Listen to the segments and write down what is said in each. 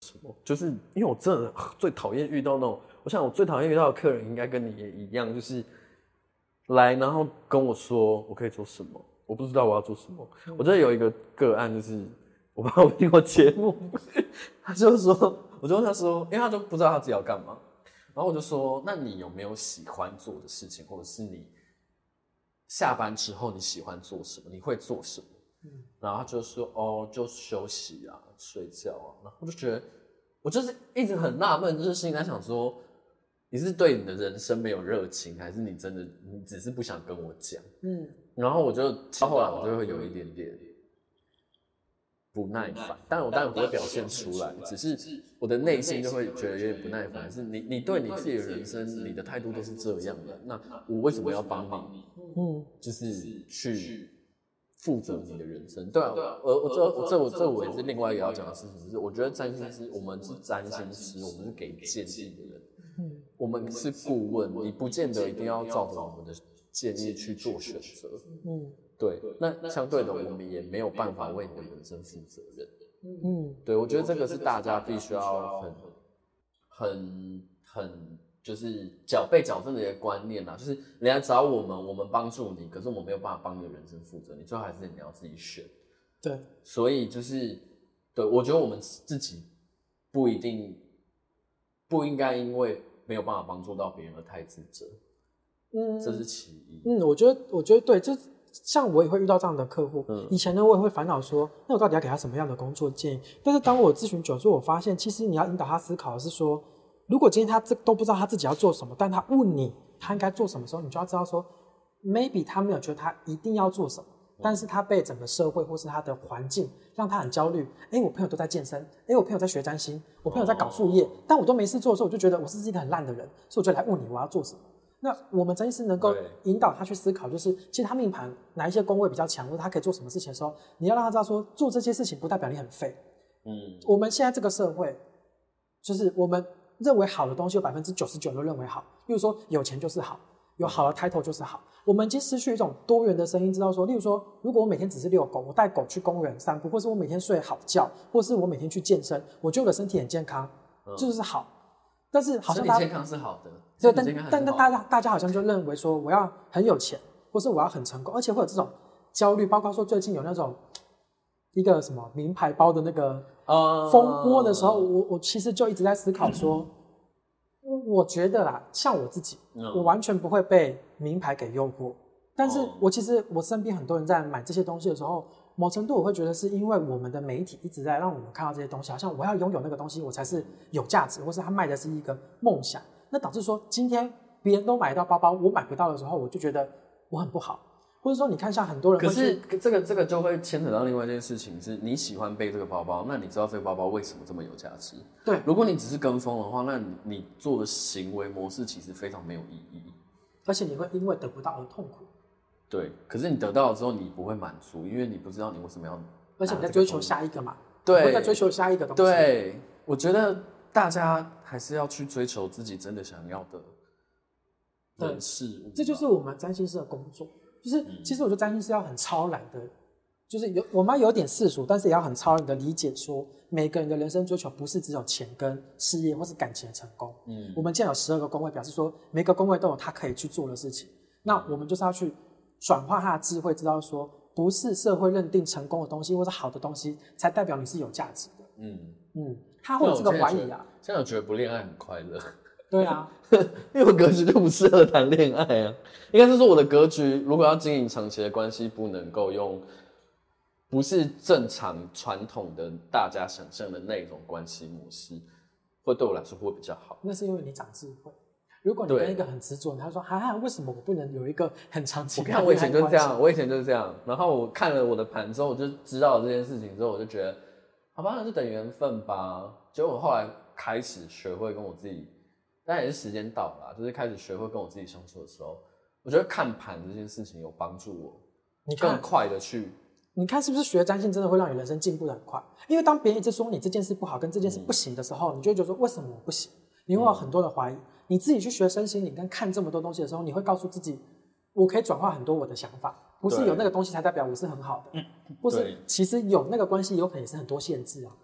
什么？就是因为我真的最讨厌遇到那种，我想我最讨厌遇到的客人应该跟你也一样，就是来然后跟我说我可以做什么，我不知道我要做什么。我觉得有一个个案就是，我不知道我听过节目，他就说，我就问他说，因为他就不知道他自己要干嘛，然后我就说，那你有没有喜欢做的事情，或者是你下班之后你喜欢做什么，你会做什么？然后他就说，哦，就休息啊，睡觉啊。然后我就觉得，我就是一直很纳闷，就是心里在想说，你是对你的人生没有热情，还是你真的你只是不想跟我讲？然后我就到后来我就会有一点点不耐烦，但我当然不会表现出来，只是我的内心就会觉得有点不耐烦。是你对你自己的人生，你的态度都是这样的，那我为什么要帮你？就是去负责你的人生。对啊，我也是另外一个要讲的事情，就是我觉得占星师，我们是占星师，我们是给建议的人，我们是顾问，你不见得一定要照着我们的建议去做选择。对，那相对的，我们也没有办法为你的人生负责任。对，我觉得这个是大家必须要很就是被矫正的一个观念啦，就是人家找我们帮助你，可是我们没有办法帮你的人生负责，你最后还是你要自己选。 对， 所以就是对，我觉得我们自己不应该因为没有办法帮助到别人而太自责。这是其一。 我觉得对，就像我也会遇到这样的客户。以前呢，我也会烦恼说，那我到底要给他什么样的工作建议？但是当我咨询久之后，我发现其实你要引导他思考的是说，如果今天他都不知道他自己要做什么，但他问你他应该做什么时候，你就要知道说 ，maybe 他没有觉得他一定要做什么，但是他被整个社会或是他的环境让他很焦虑。我朋友都在健身，我朋友在学占星，我朋友在搞副业，但我都没事做的时候，我就觉得我是一个很烂的人，所以我就来问你我要做什么。那我们占星师能够引导他去思考，就是其实他命盘哪一些宫位比较强，或者他可以做什么事情的时候，你要让他知道说，做这些事情不代表你很废。我们现在这个社会，就是我们认为好的东西有99%都认为好，例如说有钱就是好，有好的 title 就是好。我们已经失去一种多元的声音，知道说，例如说，如果我每天只是遛狗，我带狗去公园散步，或是我每天睡好觉，或是我每天去健身，我觉得我的身体很健康，这就是好。但是好像身体健康是好的， 对，但大家好像就认为说我要很有钱，或是我要很成功，而且会有这种焦虑，包括说最近有那种一个什么名牌包的那个风波的时候，我其实就一直在思考说，我觉得啦，像我自己，我完全不会被名牌给诱惑，但是其实我身边很多人在买这些东西的时候，某程度我会觉得是因为我们的媒体一直在让我们看到这些东西，好像我要拥有那个东西我才是有价值，或是他卖的是一个梦想，那导致说今天别人都买到包包我买不到的时候，我就觉得我很不好。或者说你看像很多人会， 可是这个就会牵扯到另外一件事情，是你喜欢背这个包包，那你知道这个包包为什么这么有价值？ 对， 如果你只是跟风的话，那你做的行为模式其实非常没有意义， 而且你会因为得不到而痛苦。 对，可是你得到了之后你不会满足，因为你不知道你为什么要， 而且你在追求下一个嘛， 对， 你会在追求下一个东西。 对，我觉得大家还是要去追求自己真的想要的人事物， 这就是我们占星师的工作。就是其实我觉得占星师要很超然的，就是我们有点世俗，但是也要很超然的理解说，每个人的人生追求不是只有钱跟事业或是感情的成功。我们既然有12个宫位，表示说每个宫位都有他可以去做的事情，那我们就是要去转化他的智慧，知道说不是社会认定成功的东西或是好的东西才代表你是有价值的。他会有这个怀疑啊。 现在我觉得不恋爱很快乐。 对啊， 因为我格局就不适合谈恋爱啊。应该是说我的格局如果要经营长期的关系，不能够用不是正常传统的大家想象的那种关系模式，会对我来说会比较好。 那是因为你长智慧。如果你跟一个很执着，他说为什么我不能有一个很长期的恋爱关系？ 我以前就是这样，然后我看了我的盘之后，我就知道了这件事情之后，我就觉得好吧，那就等缘分吧。结果我后来开始学会跟我自己，但也是时间到了啦，就是开始学会跟我自己相处的时候，我觉得看盘这件事情有帮助我更快的去。 你看是不是学占星真的会让你人生进步的很快？因为当别人一直说你这件事不好跟这件事不行的时候，你就会觉得说为什么我不行？你会有很多的怀疑。你自己去学身心灵跟看这么多东西的时候，你会告诉自己，我可以转化很多我的想法，不是有那个东西才代表我是很好的，或是其实有那个关系有可能也是很多限制啊。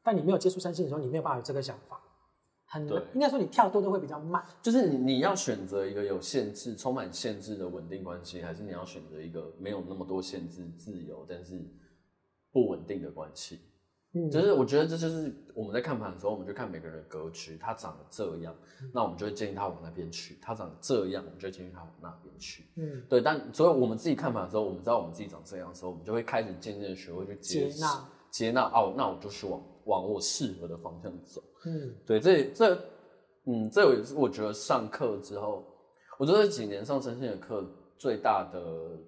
但你没有接触身心的时候，你没有办法有这个想法，很对， 应该说你跳动的会比较慢。 就是你要选择一个有限制、充满限制的稳定关系，还是你要选择一个没有那么多限制、自由但是不稳定的关系？就是我觉得这就是我们在看盘的时候，我们就看每个人的格局，他长得这样，那我们就会建议他往那边去；他长得这样，我们就会建议他往那边去。对。但所以我们自己看盘的时候，我们知道我们自己长这样的时候，我们就会开始渐渐的学会去接纳哦，那我就是往我适合的方向走。对，这也是我觉得上课之后，我觉得这几年上身心的课最大的。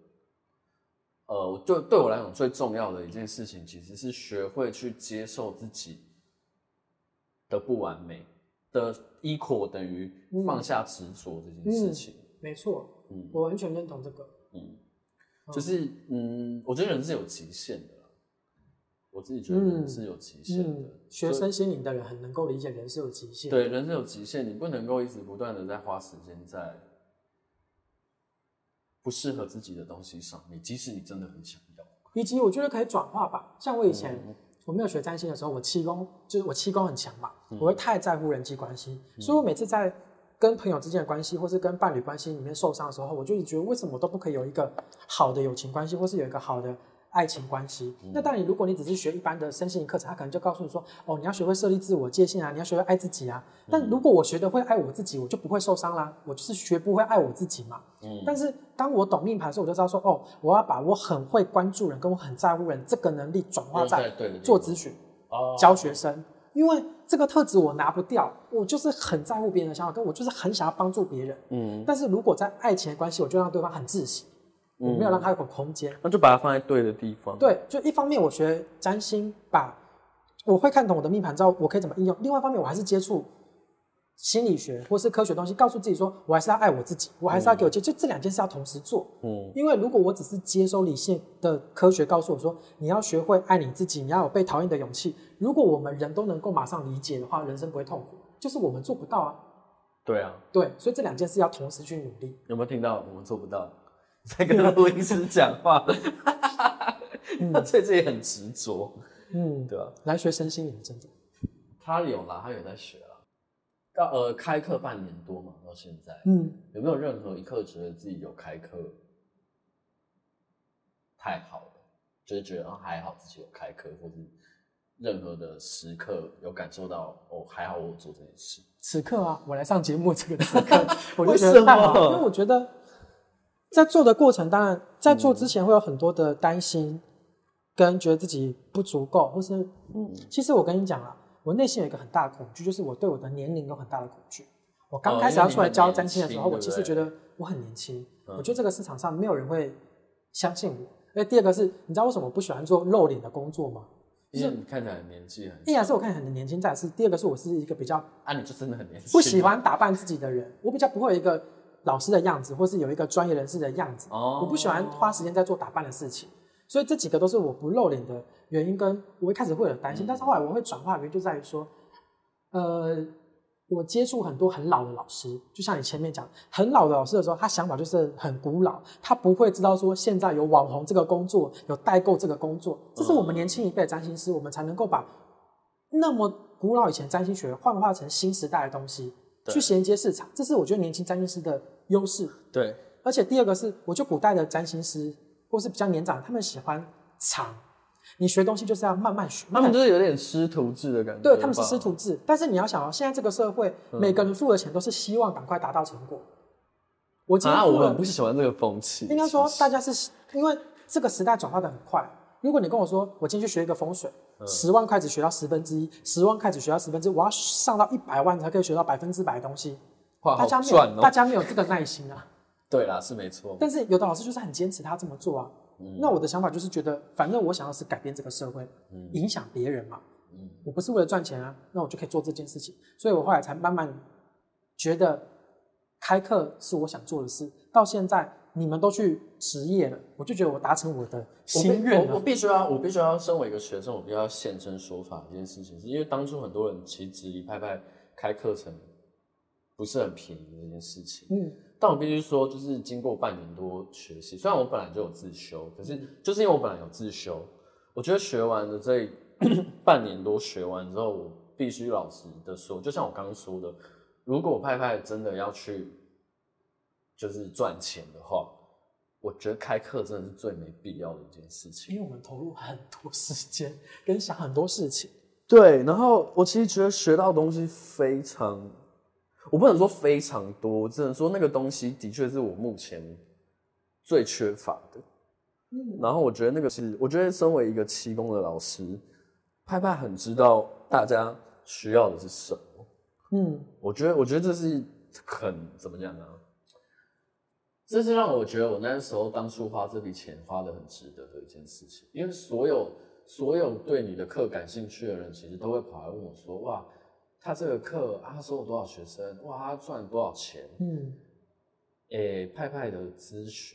就对我来讲最重要的一件事情，其实是学会去接受自己的不完美的equal等于放下执着这件事情。 没错，我完全认同这个。 就是我觉得人是有极限的啦，我自己觉得人是有极限的。 学身心灵的人很能够理解人是有极限的。 对，人是有极限，你不能够一直不断的在花时间在不适合自己的东西上面，即使你真的很想要。 以及我觉得可以转化吧，像我以前我没有学占星的时候，我气功很强嘛，我会太在乎人际关系，所以我每次在跟朋友之间的关系，或是跟伴侣关系里面受伤的时候，我就觉得为什么都不可以有一个好的友情关系，或是有一个好的爱情关系。那当然如果你只是学一般的身心灵课程，他可能就告诉你说，哦，你要学会设立自我界限啊，你要学会爱自己啊。但如果我学的会爱我自己，我就不会受伤啦，我就是学不会爱我自己嘛。但是当我懂命盘的时候，我就知道说，哦，我要把我很会关注人跟我很在乎人这个能力转化在做咨询、教学生。因为这个特质我拿不掉，我就是很在乎别人的想法，跟我就是很想要帮助别人。但是如果在爱情的关系，我就让对方很窒息，我没有让他有空间， 那就把它放在对的地方。 对，就一方面我学占星，我会看懂我的命盘，知道我可以怎么应用；另外一方面，我还是接触心理学或是科学的东西，告诉自己说，我还是要爱我自己，我还是要给我就这两件事要同时做。因为如果我只是接收理性的科学告诉我说，你要学会爱你自己，你要有被讨厌的勇气。如果我们人都能够马上理解的话，人生不会痛苦，就是我们做不到啊。 对啊， 对，所以这两件事要同时去努力。 有没有听到？我们做不到，在跟录音师讲话，他最近也很执着。对吧？ 来学身心灵真的， 他有在学啦。开课半年多嘛，到现在，有没有任何一刻觉得自己有开课太好了，就是觉得还好自己有开课，或是任何的时刻有感受到还好我有做这件事？ 此刻啊，我来上节目这个此刻，我就觉得太好，因为我觉得在做的过程，当然在做之前会有很多的担心，跟觉得自己不足够，或是其实我跟你讲啊。我内心有一个很大的恐惧，就是我对我的年龄有很大的恐惧。我刚开始要出来教占星的时候，我其实觉得我很年轻，我觉得这个市场上没有人会相信我。而第二个是，你知道为什么我不喜欢做露脸的工作吗？ 因为你看起来年纪很， 一来是我看起来很年轻，再来是第二个是我是一个比较你就真的很年轻， 不喜欢打扮自己的人。我比较不会有一个老师的样子，或是有一个专业人士的样子。我不喜欢花时间在做打扮的事情。所以这几个都是我不露脸的原因，跟我一开始会有担心，但是后来我会转化的原因就在于说，我接触很多很老的老师，就像你前面讲，很老的老师的时候，他想法就是很古老，他不会知道说现在有网红这个工作，有代购这个工作，这是我们年轻一辈的占星师，我们才能够把那么古老以前占星学幻化成新时代的东西，去衔接市场，这是我觉得年轻占星师的优势。 对， 而且第二个是，我觉得古代的占星师或是比较年长，他们喜欢长。你学东西就是要慢慢学， 他们就是有点师徒制的感觉。 对，他们是师徒制，但是你要想现在这个社会，每个人付的钱都是希望赶快达到成果。我很不喜欢这个风气。 应该说，大家是因为这个时代转化的很快。如果你跟我说，我今天去学一个风水，10万块只学到1/10，10万块只学到1/10，我要上到100万才可以学到100%的东西，大家没有这个耐心啊。 对啦，是没错。 但是有的老师就是很坚持他这么做啊。那我的想法就是觉得，反正我想要是改变这个社会，影响别人嘛。我不是为了赚钱啊，那我就可以做这件事情。所以我后来才慢慢觉得开课是我想做的事。到现在你们都去职业了，我就觉得我达成我的心愿了。 我必须要身为一个学生，我必须要现身说法这件事情，是因为当初很多人其实质疑派开课程不是很便宜的这件事情。但我必须说，就是经过半年多学习，虽然我本来就有自修，可是就是因为我本来有自修，我觉得学完的这半年多学完之后，我必须老实的说，就像我刚刚说的，如果派派真的要去就是赚钱的话，我觉得开课真的是最没必要的一件事情， 因为我们投入很多时间跟想很多事情。 对，然后我其实觉得学到的东西非常，我不能说非常多，我只能说那个东西的确是我目前最缺乏的。然后我觉得那个是，我觉得身为一个7公的老师，派派很知道大家需要的是什么。我觉得这是很怎么讲呢？这是让我觉得我那时候当初花这笔钱花得很值得的一件事情，因为所有对你的课感兴趣的人，其实都会跑来问我说：“哇，他这个课他收了多少学生？哇，他赚了多少钱？”派派的咨询，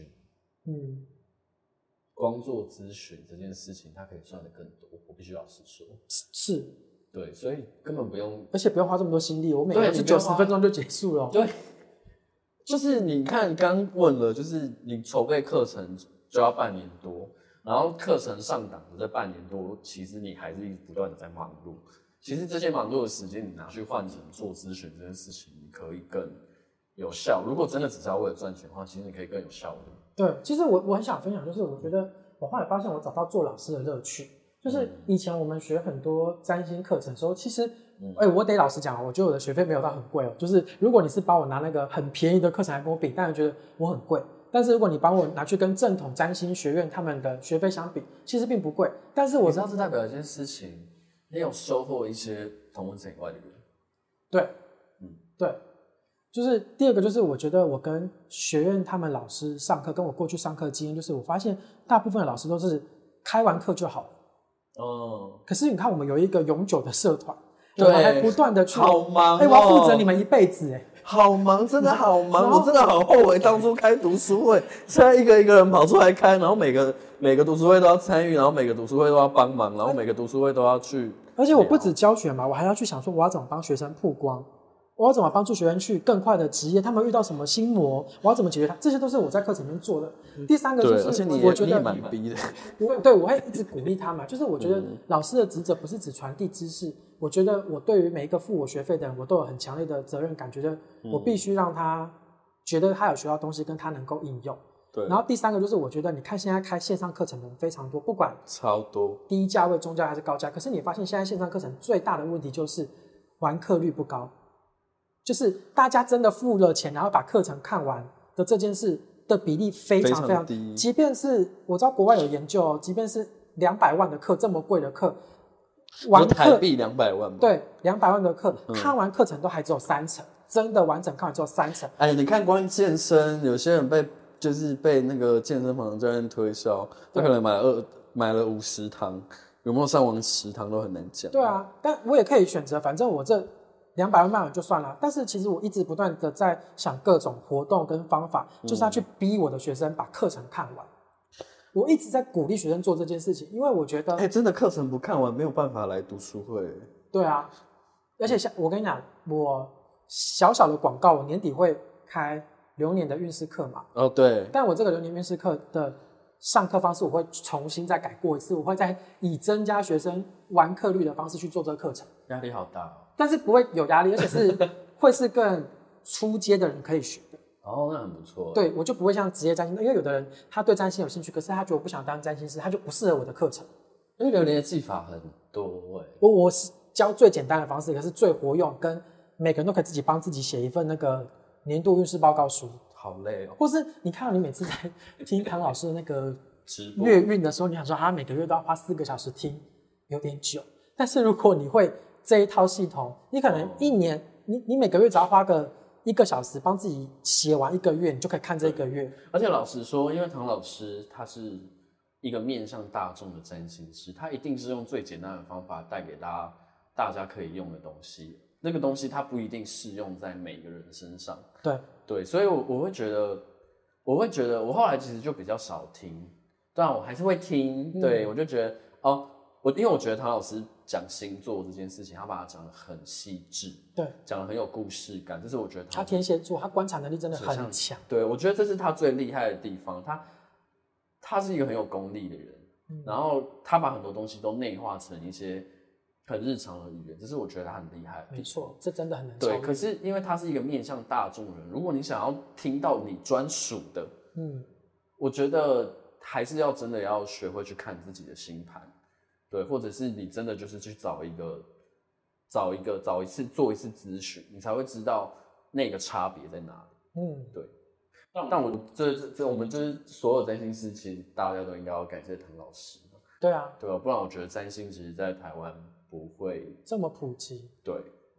光做咨询这件事情，他可以赚得更多。我必须老实说， 是， 对，所以根本不用， 而且不用花这么多心力，我每个是90分钟就结束了。 对，就是你看刚问了，就是你筹备课程就要半年多，然后课程上档的这半年多，其实你还是不断的在忙碌。其实这些忙碌的时间，你拿去换成做咨询这件事情，你可以更有效。如果真的只是要为了赚钱的话，其实你可以更有效率。对， 其实我很想分享，就是我觉得我后来发现我找到做老师的乐趣，就是以前我们学很多占星课程的时候，其实我得老实讲，我觉得我的学费没有到很贵哦。就是如果你是帮我拿那个很便宜的课程来跟我比，当然觉得我很贵。但是如果你帮我拿去跟正统占星学院他们的学费相比，其实并不贵。但是我知道这代表一件事情，你有收获一些同温层以外的人。 对，对。就是第二个，就是我觉得我跟学院他们老师上课，跟我过去上课的经验，就是我发现大部分的老师都是开完课就好了。可是你看，我们有一个永久的社团，我们还不断的去， 好忙我要负责你们一辈子， 好忙，真的好忙，我真的好后悔当初开读书会，现在一个人跑出来开，然后每个读书会都要参与，然后每个读书会都要帮忙，然后每个读书会都要去， 而且我不止教学嘛，我还要去想说我要怎么帮学生曝光。我要怎么帮助学生去更快的职业？他们遇到什么心魔？我要怎么解决它？这些都是我在课程里面做的。第三个就是，我觉得你也蛮逼的。 对，我会一直鼓励他嘛。就是我觉得老师的职责不是只传递知识，我觉得我对于每一个付我学费的人，我都有很强烈的责任感，觉得我必须让他觉得他有学到东西，跟他能够应用。 对。 然后第三个就是，我觉得你看现在开线上课程的人非常多，不管超多， 低价位、中价还是高价。可是你发现现在线上课程最大的问题就是完课率不高。就是大家真的付了钱，然后把课程看完的这件事的比例非常非常低。即便是我知道国外有研究，即便是200万的课，这么贵的课， 完课台币200万吗？ 对，200万的课，看完课程都还只有30%，真的完整看完只有30%。 哎，你看光健身，有些人被那个健身房的教练推销，他可能买了50堂，有没有上完10堂都很难讲。 对啊，但我也可以选择，反正我这200万卖完就算了，但是其实我一直不断的在想各种活动跟方法，就是要去逼我的学生把课程看完。我一直在鼓励学生做这件事情，因为我觉得， 真的课程不看完没有办法来读书会。 对啊，而且我跟你讲，我小小的广告，我年底会开流年的运势课嘛。 对。但我这个流年运势课的上课方式，我会重新再改过一次，我会再以增加学生完课率的方式去做这个课程。 压力好大哦。 但是不会有压力，而且会是更初阶的人可以学的。 那很不错。 对，我就不会像职业占星，因为有的人他对占星有兴趣，可是他觉得我不想当占星师，他就不适合我的课程。 因为流年的技法很多我是教最简单的方式，可是最活用，跟每个人都可以自己帮自己写一份那个年度运势报告书。 好累哦。 或是你看到你每次在听唐老师的那个月运的时候，你想说他每个月都要花4个小时听，有点久。但是如果你会这一套系统，你可能一年，你每个月只要花个1个小时帮自己写完1个月，你就可以看这1个月。 而且老实说，因为唐老师他是一个面向大众的占星师，他一定是用最简单的方法带给大家可以用的东西。那个东西它不一定适用在每个人身上。对，所以我会觉得，我后来其实就比较少听，当然我还是会听。对，我就觉得因为我觉得唐老师讲星座这件事情，他把它讲得很细致， 对， 讲得很有故事感，这是我觉得他天蝎座，他观察能力真的很强。 对，我觉得这是他最厉害的地方，他是一个很有功力的人。 然后他把很多东西都内化成一些很日常的语言，这是我觉得他很厉害的。 没错，这真的很难。 对，可是因为他是一个面向大众人，如果你想要听到你专属的，我觉得还是要真的要学会去看自己的星盘，对，或者是你真的就是去找一次做一次咨询，你才会知道那个差别在哪里。对。但我我们就是所有占星师，其实大家都应该要感谢唐老师。 对啊， 对吧？不然我觉得占星其实在台湾不会这么普及。 对，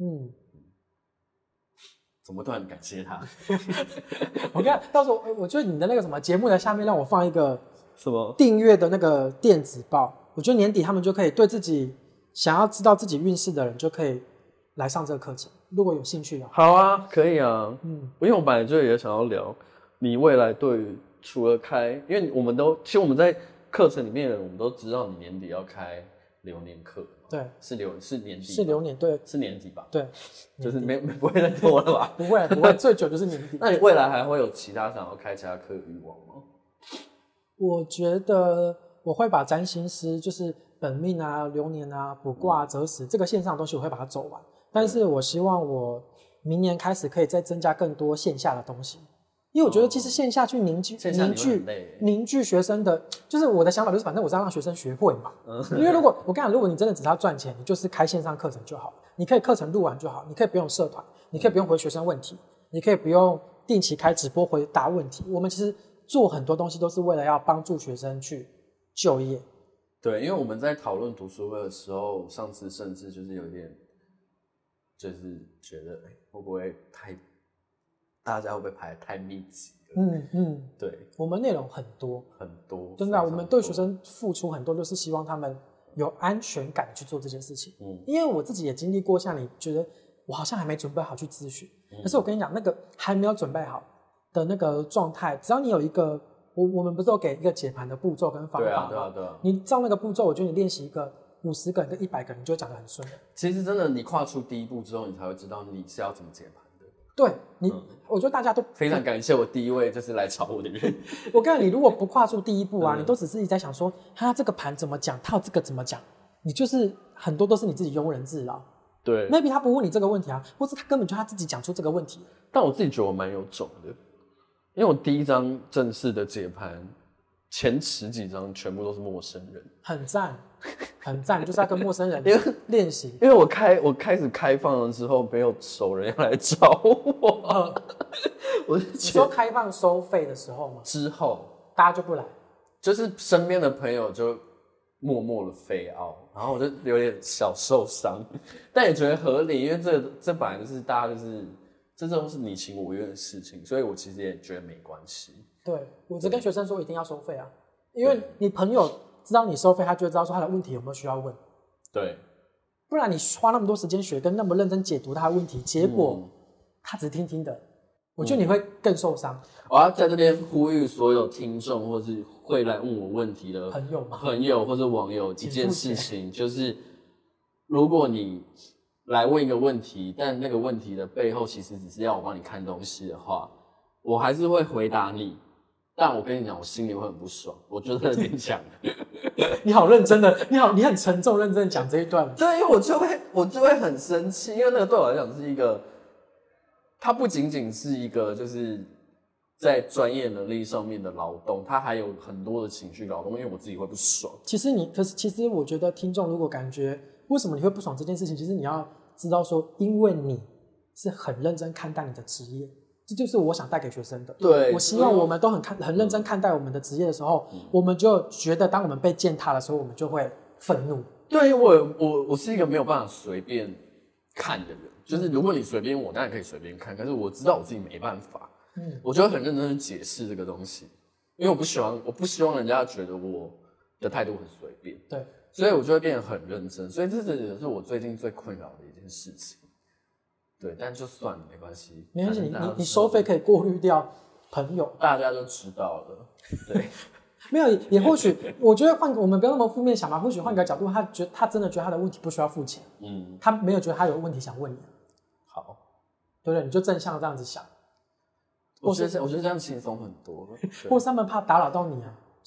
怎么突然感谢他？ 我看到时候，我觉得你的那个什么节目的下面让我放一个什么订阅的那个电子报，我觉得年底他们就可以对自己想要知道自己运势的人就可以来上这个课程，如果有兴趣的话。 好啊，可以啊。因为我本来就也想要聊你未来对于除了开，因为其实我们在课程里面的人，我们都知道你年底要开流年课。 对， 是年底， 是流年，对， 是年底吧？ 对， 就是不会再多了吧？ 不会，最久就是年底。 那你未来还会有其他想要开其他课的欲望吗？ 我觉得我会把占星师就是本命啊、流年啊、卜卦、择时这个线上的东西我会把它走完，但是我希望我明年开始可以再增加更多线下的东西。因为我觉得其实线下去凝聚学生的，就是我的想法就是，反正我是要让学生学会嘛。因为如果我跟你讲，如果你真的只是要赚钱，你就是开线上课程就好，你可以课程录完就好，你可以不用社团，你可以不用回学生问题，你可以不用定期开直播回答问题。我们其实做很多东西都是为了要帮助学生去就业。 对，因为我们在讨论读书会的时候，上次甚至就是有点，就是觉得会不会大家会不会排得太密集了？对， 我们内容很多，真的，我们对学生付出很多，就是希望他们有安全感去做这件事情。因为我自己也经历过，像你觉得我好像还没准备好去咨询，可是我跟你讲，那个还没有准备好的那个状态，只要你有一个，我们不是有给一个解盘的步骤跟方法吗？对啊。你照那个步骤，我觉得你练习一个50个人跟100个人，你就会讲得很顺了。 其实真的，你跨出第一步之后，你才会知道你是要怎么解盘。 对你，我觉得大家都非常感谢我第一位就是来找我的人。 我告诉你，如果不跨出第一步啊，你都只是一直在想说，他这个盘怎么讲，套这个怎么讲，你就是很多都是你自己庸人自扰。 对 ，maybe 他不问你这个问题啊，或是他根本就他自己讲出这个问题。 但我自己觉得我蛮有种的，因为我第一张正式的解盘，前10几张全部都是陌生人， 很赞。很赞，就是要跟陌生人练习。 因为我开始开放了之后，没有熟人要来找我。 你说开放收费的时候吗？ 之后大家就不来， 就是身边的朋友就默默的飞out，然后我就有点小受伤，但也觉得合理，因为这本来就是大家就是这都是你情我愿的事情，所以我其实也觉得没关系。 对，我只跟学生说一定要收费啊，因为你朋友知道你收费，他就会知道说他的问题有没有需要问。 对， 不然你花那么多时间学，跟那么认真解读他的问题，结果他只是听听的，我觉得你会更受伤。 我要在这边呼吁所有听众，或是会来问我问题的朋友或者网友，一件事情就是，如果你来问一个问题，但那个问题的背后其实只是要我帮你看东西的话，我还是会回答你。但我跟你讲，我心里会很不爽，我就在那边讲。 你好认真的，你很沉重认真的讲这一段。 对，因为我就会很生气，因为那个对我来讲是一个，它不仅仅是一个就是在专业能力上面的劳动，它还有很多的情绪劳动，因为我自己会不爽。 其实我觉得听众如果感觉为什么你会不爽这件事情，其实你要知道说，因为你是很认真看待你的职业。这就是我想带给学生的。 对， 我希望我们都很认真看待我们的职业的时候，我们就觉得当我们被践踏的时候，我们就会愤怒。 对，我是一个没有办法随便看的人，就是如果你随便我，当然可以随便看，可是我知道我自己没办法，我就会很认真的解释这个东西，因为我不希望人家觉得我的态度很随便。 对， 所以我就会变得很认真，所以这也是我最近最困扰的一件事情。对，但就算了，没关系， 没关系，你收费可以过滤掉朋友， 大家都知道了。对， 没有也或许，我觉得我们不要那么负面想嘛，或许换个角度，他真的觉得他的问题不需要付钱，他没有觉得他有问题想问你， 好， 对不对？你就正向这样子想， 我觉得这样轻松很多， 或是他们怕打扰到你啊，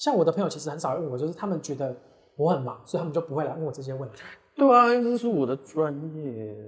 像我的朋友其实很少问我，就是他们觉得我很忙，所以他们就不会来问我这些问题。 对啊，这是我的专业。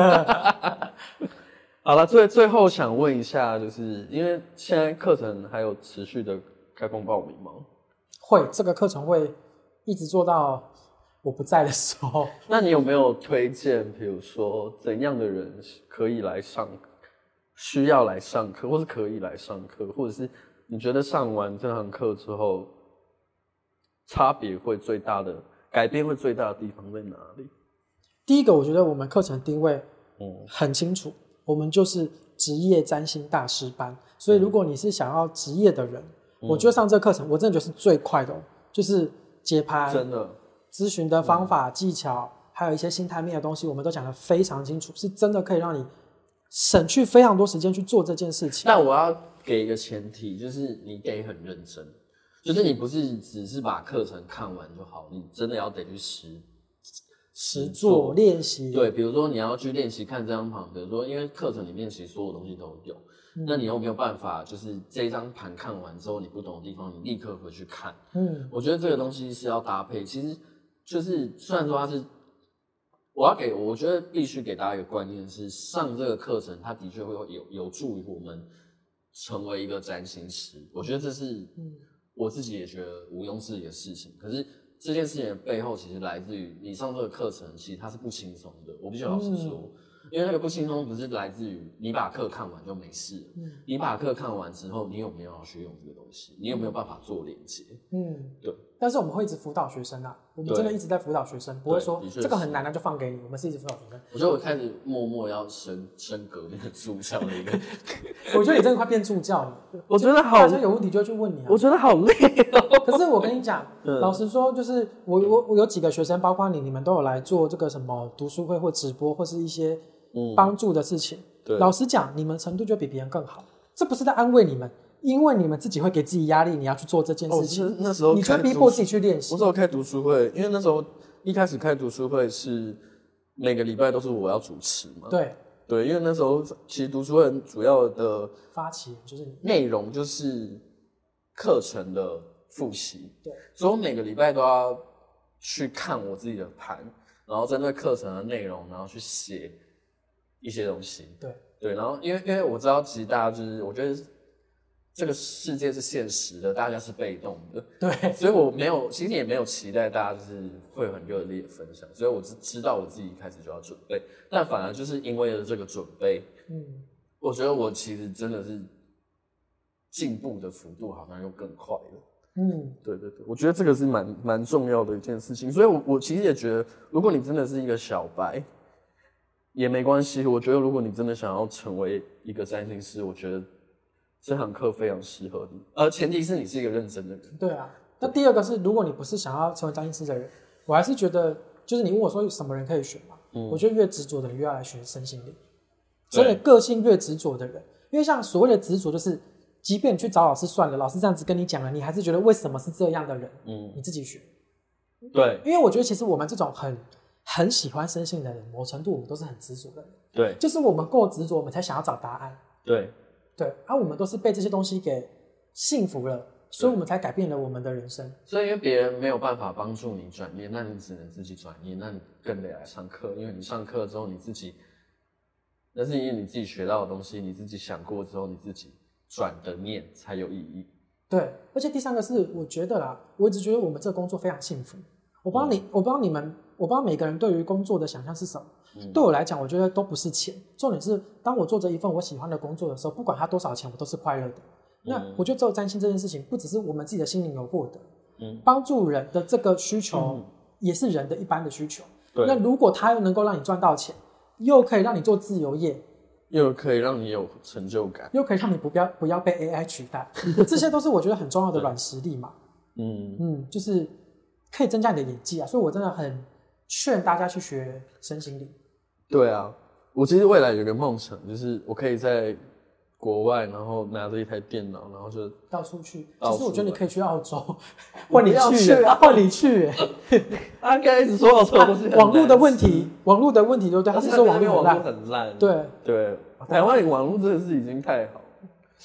好了，最后想问一下，就是因为现在课程还有持续的开放报名吗？ 会，这个课程会一直做到我不在的时候。 那你有没有推荐，比如说怎样的人可以来上课，需要来上课，或是可以来上课，或者是你觉得上完这堂课之后，差别会最大的改变会最大的地方在哪里？ 第一个，我觉得我们课程定位很清楚，我们就是职业占星大师班，所以如果你是想要职业的人，我觉得上这个课程我真的觉得是最快的就是节拍， 真的咨询的方法、技巧，还有一些心态面的东西，我们都讲得非常清楚，是真的可以让你省去非常多时间去做这件事情。 但我要给一个前提，就是你得很认真，就是你不是只是把课程看完就好，你真的要得去实做练习。 对，比如说你要去练习看这张盘，比如说因为课程里面其实所有东西都有，那你有没有办法就是这一张盘看完之后你不懂的地方你立刻回去看？我觉得这个东西是要搭配，其实就是虽然说它是我觉得必须给大家一个观念是，上这个课程它的确会有助于我们成为一个占星师，我觉得这是我自己也觉得毋庸置疑的事情。可是这件事情的背后其实来自于你上这个课程，其实它是不轻松的。我必须老实说，因为那个不轻松不是来自于你把课看完就没事了，你把课看完之后，你有没有要去用这个东西？你有没有办法做连接？对。 但是我们会一直辅导学生啊，我们真的一直在辅导学生，不会说这个很难那就放给你，我们是一直辅导学生。 我觉得我开始默默要升格那个助教的一个， 我觉得你真的快变助教了。 我觉得好， 大家有问题就会去问你啊。 我觉得好累哦。 可是我跟你讲，老实说，就是我有几个学生，包括你们都有来做这个什么读书会或直播，或是一些帮助的事情。老实讲，你们程度就比别人更好，这不是在安慰你们。因为你们自己会给自己压力，你要去做这件事情。 那时候你就逼迫自己去练习。 我那时候开读书会，因为那时候一开始开读书会是每个礼拜都是我要主持嘛。对，因为那时候其实读书会主要的发起就是内容就是课程的复习。 对， 所以我每个礼拜都要去看我自己的盘，然后针对课程的内容，然后去写一些东西。对，然后因为我知道，其实大家就是我觉得。这个世界是现实的，大家是被动的， 对， 所以我其实也没有期待大家就是会很热烈的分享，所以我知道我自己一开始就要准备，但反而就是因为了这个准备，我觉得我其实真的是进步的幅度好像又更快了，对，我觉得这个是蛮重要的一件事情，所以我其实也觉得，如果你真的是一个小白，也没关系，我觉得如果你真的想要成为一个占星师，我觉得。这堂课非常适合你，前提是你是一个认真的人。 对啊，那第二个是，如果你不是想要成为占星师的人，我还是觉得，就是你问我说什么人可以选嘛，我觉得越执着的人越要来学身心灵，所以个性越执着的人，因为像所谓的执着，就是即便你去找老师算了，老师这样子跟你讲了，你还是觉得为什么是这样的人，你自己选。 对， 因为我觉得其实我们这种很喜欢身心灵的人，某程度我们都是很执着的人。 对， 就是我们够执着，我们才想要找答案。对，我们都是被这些东西给幸福了，所以我们才改变了我们的人生。 所以因为别人没有办法帮助你转念，那你只能自己转念，那你更得来上课，因为你上课之后你自己，那是因为你自己学到的东西，你自己想过之后，你自己转的念才有意义。 对，而且第三个是，我觉得啦，我一直觉得我们这个工作非常幸福。我不知道你们，我不知道每个人对于工作的想象是什么。对我来讲，我觉得都不是钱，重点是当我做着一份我喜欢的工作的时候，不管它多少钱，我都是快乐的。那我觉得只有占星这件事情，不只是我们自己的心灵有获得，帮助人的这个需求也是人的一般的需求。那如果它又能够让你赚到钱，又可以让你做自由业， 又可以让你有成就感， 又可以让你不要被 AI 取代，这些都是我觉得很重要的软实力嘛。就是可以增加你的演技啊，所以我真的很劝大家去学身心灵。 对啊，我其实未来有个梦想，就是我可以在国外，然后拿着一台电脑，然后就到处去。其实我觉得你可以去澳洲，换你去， 他刚才一直说澳洲都是网络的问题，对不对？他是说网络很烂， 对， 台湾网络真的是已经太好了。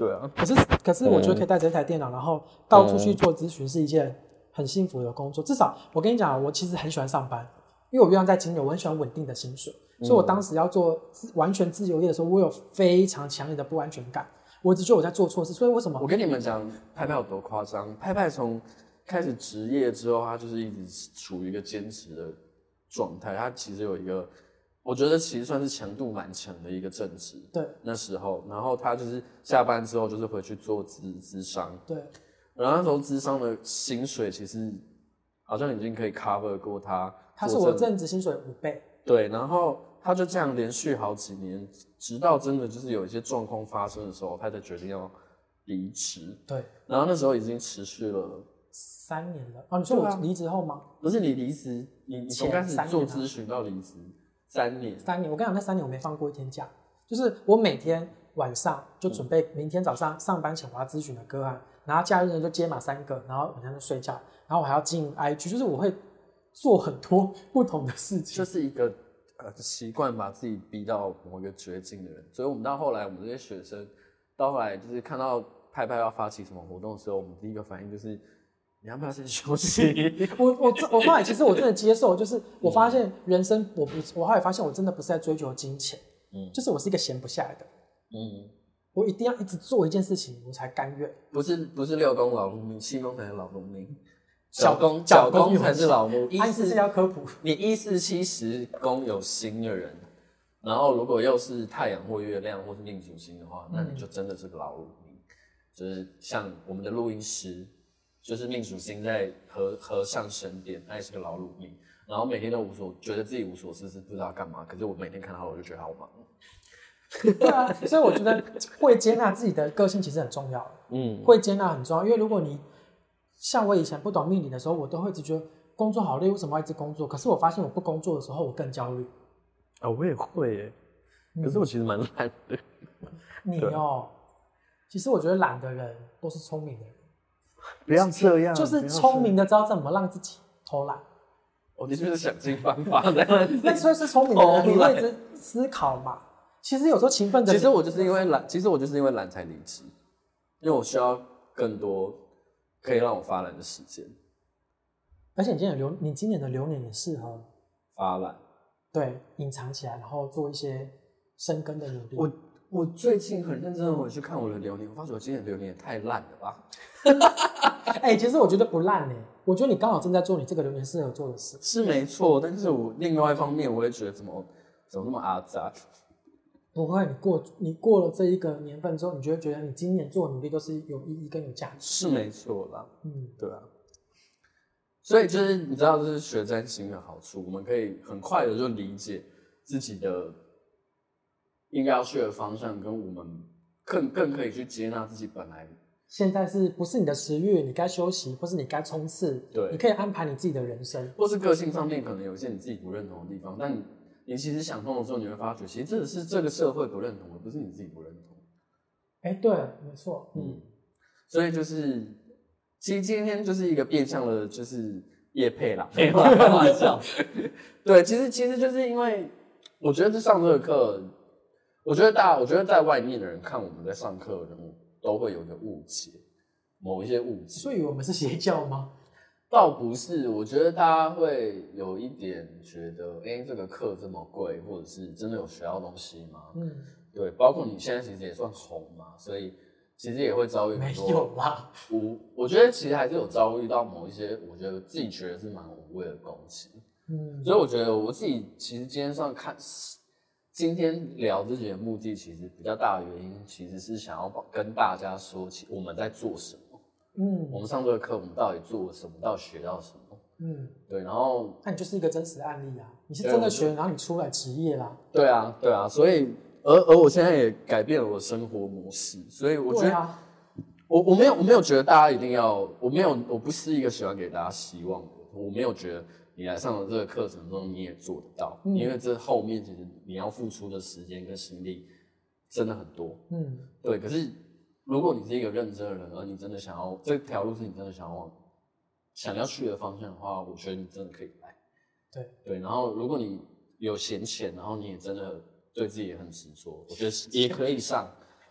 对啊。 可是我觉得可以带着一台电脑，然后到处去做咨询是一件很幸福的工作。至少我跟你讲，我其实很喜欢上班，因为我月亮在金牛，我很喜欢稳定的薪水，所以我当时要做完全自由业的时候，我有非常强烈的不安全感。我只觉得我在做错事，所以为什么？ 我跟你们讲，派派有多夸张。派派从开始职业之后，他就是一直处于一个坚持的状态。他其实有一个，我觉得其实算是强度蛮强的一个正职。 对， 那时候，然后他就是下班之后就是回去做咨商。 对， 然后那时候咨商的薪水其实好像已经可以 cover 过他。 他是我正职薪水5倍。 对，然后他就这样连续好几年，直到真的就是有一些状况发生的时候，他才决定要离职。 对， 然后那时候已经持续了 3年了。哦，你说我离职后吗？ 不是你离职，你从开始做咨询到离职3年。 3年，我跟你讲，那3年我没放过一天假，就是我每天晚上就准备明天早上上班前我要咨询的个案，然后假日呢就接码3个，然后晚上就睡觉，然后我还要经营 IG，就是我会做很多不同的事情。 这是一个习惯把自己逼到某一个绝境的人，所以我们到后来，我们这些学生到后来就是看到派派要发起什么活动的时候，我们第一个反应就是你要不要先休息？ 我后来其实我真的接受，就是我发现人生我后来发现我真的不是在追求金钱，就是我是一个闲不下来的人，我一定要一直做一件事情我才甘愿。 不是6宫劳碌命，7宫才是劳碌命。 角宫才是老木， 是要科普。 你14、70宫有星的人，然后如果又是太阳或月亮或是命主星的话，那你就真的是个劳碌命。就是像我们的录音师，就是命主星在和上升点，他也是个劳碌命。然后每天都觉得自己无所事事，不知道干嘛。可是我每天看到我就觉得好忙。 对啊，所以我觉得会接纳自己的个性其实很重要。会接纳很重要，因为如果你像我以前不懂命理的时候，我都会一直觉得工作好累，为什么要一直工作？可是我发现我不工作的时候，我更焦虑。 啊，我也会耶，可是我其实蛮懒的。 你哦，其实我觉得懒的人都是聪明的人。 不要这样， 就是聪明的知道怎么让自己偷懒。 你是不是想尽办法的？ 那所以是聪明的人，你会一直思考嘛？其实有时候勤奋的人， 其实我就是因为懒才离职，因为我需要更多可以让我发懒的时间。 而且你今年的流年也适合发懒， 对，隐藏起来，然后做一些深耕的努力。 我最近很认真的回去看我的流年，我发觉我今年的流年也太烂了吧。 其实我觉得不烂耶，我觉得你刚好正在做你这个流年适合做的事。 是没错，但是我另外一方面我也觉得怎么那么阿杂。 不会，你过了这一个年份之后，你就会觉得你今年做的努力都是有意义跟有价值。 是没错啦，对啊。所以就是你知道，这是学占星的好处，我们可以很快的就理解自己的应该要去的方向，跟我们更可以去接纳自己本来现在是不是你的时运，你该休息，或是你该冲刺？ 对， 你可以安排你自己的人生， 或是个性上面可能有一些你自己不认同的地方，但你其实想通了之后，你会发觉，其实是这个社会不认同的，不是你自己不认同。 对，没错， 所以就是，其实今天就是一个变相的，就是业配啦，没有啦，开玩笑。对，其实就是因为我觉得上这个课，我觉得在外面的人看我们在上课的人，都会有一个误解，某一些误解。 所以我们是邪教吗？ 倒不是，我觉得大家会有一点觉得，这个课这么贵，或者是真的有学到东西吗？对，包括你现在其实也算红嘛，所以其实也会遭遇很多。 没有啦， 我觉得其实还是有遭遇到某一些，我觉得自己觉得是蛮无谓的攻击。所以我觉得我自己其实今天聊这些的目的，其实比较大的原因，其实是想要跟大家说，我们在做什么。我们上这个课，我们到底做了什么？到底学到什么？对，然后那你就是一个真实的案例啊！你是真的学，然后你出来职业啦。 对啊，所以而我现在也改变了我的生活模式，所以我觉得我没有觉得大家一定要，我不是一个喜欢给大家希望的，我没有觉得你来上了这个课程中你也做得到，因为这后面其实你要付出的时间跟心力真的很多。对，可是如果你是一个认真的人，而你真的想要这条路是你真的想要去的方向的话，我觉得你真的可以来。对，然后如果你有闲钱，然后你也真的对自己也很执着，我觉得也可以上。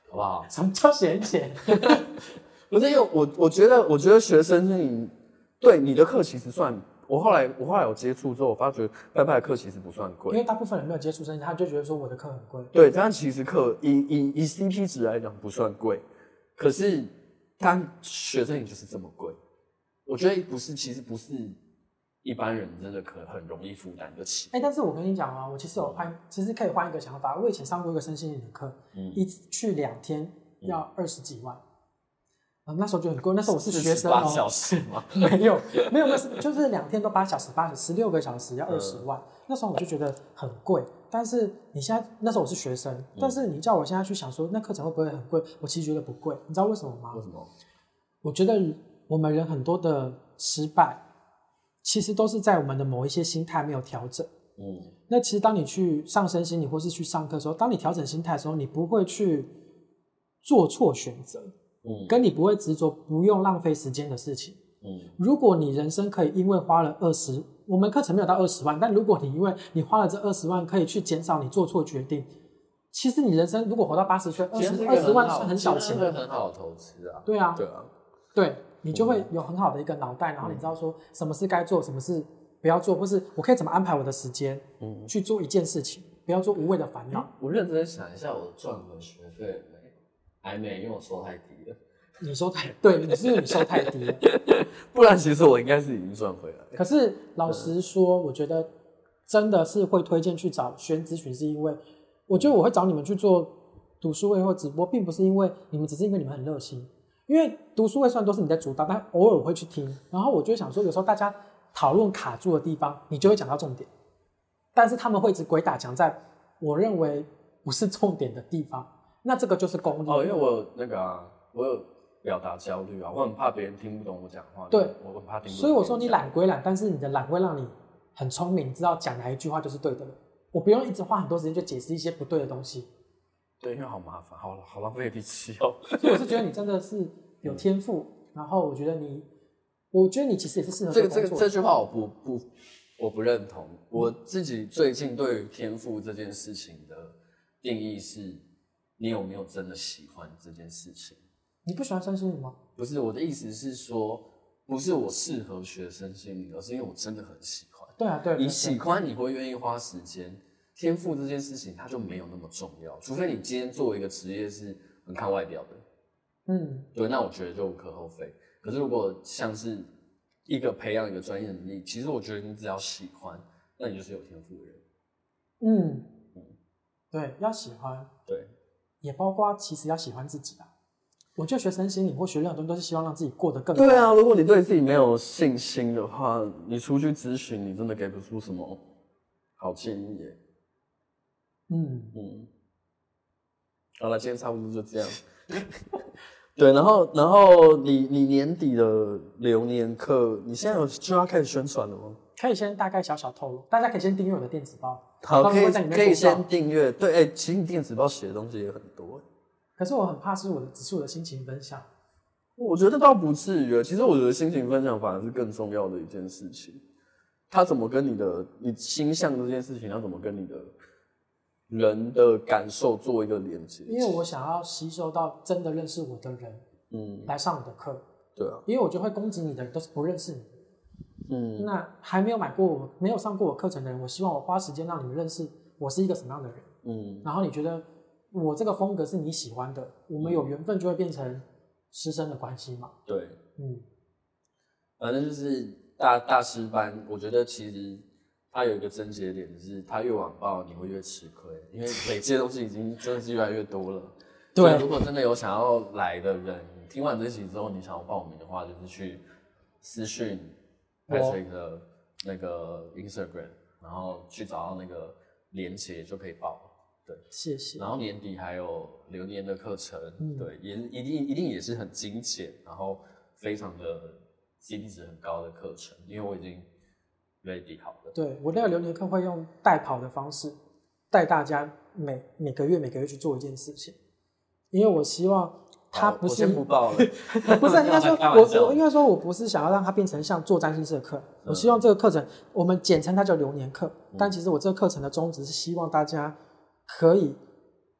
好不好？ 什么叫闲钱？ 不是因为我觉得学生你对你的课其实算，我后来有接触之后，我发觉拜拜的课其实不算贵， 因为大部分人没有接触生意，他就觉得说我的课很贵。 对，但其实课以 CP 值来讲不算贵，可是当学生也就是这么贵，我觉得其实不是一般人真的很容易负担得起。 但是我跟你讲啊，我其实其实可以换一个想法。我以前上过一个身心灵的课，一次去2天要20几万。那时候就很贵，那时候我是学生哦。 48小时吗？ 没有，就是2天都8小时，16个小时要20万。那时候我就觉得很贵，但是你现在那时候我是学生，但是你叫我现在去想说那课程会不会很贵，我其实觉得不贵。你知道为什么吗？ 为什么？ 我觉得我们人很多的失败，其实都是在我们的某一些心态没有调整。那其实当你去上身心灵或是去上课的时候，当你调整心态的时候，你不会去做错选择。跟你不会执着不用浪费时间的事情。如果你人生可以因为花了我们课程没有到20万，但如果你因为你花了这20万可以去减少你做错决定，其实你人生如果活到80岁，20万是很小钱的， 很好的投资啊。 对啊，对，你就会有很好的一个脑袋，然后你知道说什么事该做，什么事不要做，或是我可以怎么安排我的时间，去做一件事情，不要做无谓的烦恼。 我认真想一下，我赚回学费了没？还没，因为我收太低了。 你收太对，你是因为你收太低了， 不然其实我应该是已经赚回来了。 可是老实说，我觉得真的是会推荐去找学员咨询，是因为我觉得我会找你们去做读书会或直播，并不是因为你们，只是因为你们很热心。因为读书会虽然都是你在主导，但偶尔我会去听，然后我就会想说，有时候大家讨论卡住的地方，你就会讲到重点，但是他们会一直鬼打墙在我认为不是重点的地方。那这个就是功力因为我有我有表达焦虑啊，我很怕别人听不懂我讲话。 对， 我很怕听不懂。 所以我说你懒归懒，但是你的懒会让你很聪明，知道讲哪一句话就是对的了。我不用一直花很多时间去解释一些不对的东西。 对，因为好麻烦，好浪费力气哦。 所以我是觉得你真的是有天赋，然后我觉得你其实也是适合做工作。 这句话我不认同。我自己最近对于天赋这件事情的定义是，你有没有真的喜欢这件事情？ 你不喜欢身心灵吗？ 不是，我的意思是说，不是我适合学身心灵，而是因为我真的很喜欢。 对啊，对。 你喜欢，你会愿意花时间。天赋这件事情，它就没有那么重要，除非你今天做一个职业是很看外表的。对，那我觉得就无可厚非。可是如果像是一个培养一个专业能力，其实我觉得你只要喜欢，那你就是有天赋的人。 对，要喜欢。 对， 也包括其实要喜欢自己啊。我觉得学身心灵或学任何东西都是希望让自己过得更好。 对啊，如果你对自己没有信心的话，你出去咨询，你真的给不出什么好建议耶。好了，今天差不多就这样。对，然后你年底的流年课，你现在就要开始宣传了吗？ 可以先大概小小透露，大家可以先订阅我的电子报。 好，可以先订阅。对，其实你电子报写的东西也很多。可是我很怕只是我的心情分享。 我觉得倒不至于，其实我觉得心情分享反而是更重要的一件事情。它怎么跟你心象这件事情，它怎么跟你的人的感受做一个连接？ 因为我想要吸收到真的认识我的人，来上你的课。 对啊， 因为我觉得会攻击你的人都是不认识你的。那还没有没有上过我课程的人，我希望我花时间让你们认识我是一个什么样的人。然后你觉得我这个风格是你喜欢的，我们有缘分就会变成师生的关系嘛。 对，反正就是大师班，我觉得其实它有一个症结点，就是它越晚报你会越吃亏，因为累积的东西已经真的是越来越多了。对，如果真的有想要来的人，听完这期之后你想要报名的话，就是去私讯Patrick 的那个 Instagram， 然后去找到那个连结就可以报。对， 谢谢。 然后年底还有流年的课程，对，一定也是很精简，然后非常的CP值很高的课程，因为我已经 ready 好了。 对，我那个流年课会用带跑的方式带大家每个月去做一件事情，因为我希望它不是， 我先不报了。 不是，应该说我应该说我不是想要让它变成像做占星师的课，我希望这个课程我们简称它叫流年课，但其实我这个课程的宗旨是希望大家可以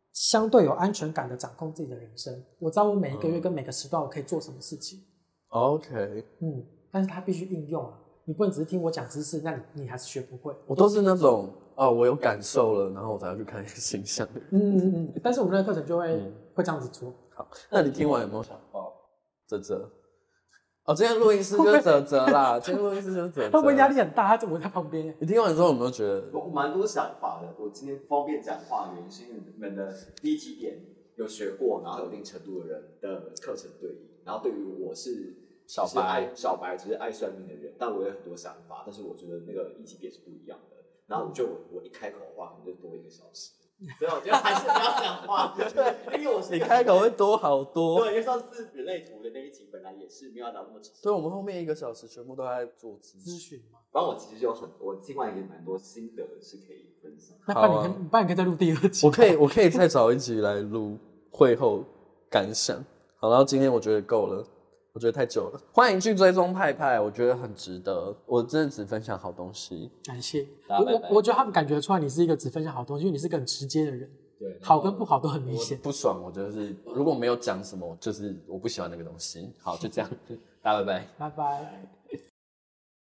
相对有安全感的掌控自己的人生。我知道我每一个月跟每个时段我可以做什么事情。 OK， 但是它必须应用啊，你不能只是听我讲知识，那你还是学不会。 我都是那种我有感受了，然后我才要去看一个形象的人。 但是我们那个课程就会这样子做。 好，那你听完有没有想泽泽？今天录音师就是泽泽啦，今天录音师就是泽泽。 会不会压力很大？他怎么在旁边？ 你听完之后有没有觉得？ 我蛮多想法的。我今天方便讲话的原因是因为你们的第一题点有学过，然后有一定程度的人的课程对应，然后对于我是小白只是爱算命的人，但我有很多想法，但是我觉得那个议题点是不一样的。然后我一开口的话，可能就多1个小时。所以我觉得还是不要讲话，对，因为你开口会多好多。 对，因为上次人类图的那一集本来也是没有聊那么长， 所以我们后面1个小时全部都在做咨询嘛。 反正我其实我听完也蛮多心得是可以分享。 那不然你可以再录第2集。 我可以再找一集来录会后感想。好，然后今天我觉得够了。我觉得太久了，欢迎去追踪派派，我觉得很值得。我真的只分享好东西， 感谢。我觉得他们感觉出来你是一个只分享好东西，因为你是个很直接的人， 对， 好跟不好都很明显。 不爽，我就是如果没有讲什么，就是我不喜欢那个东西。好，就这样，大家拜拜， 拜拜。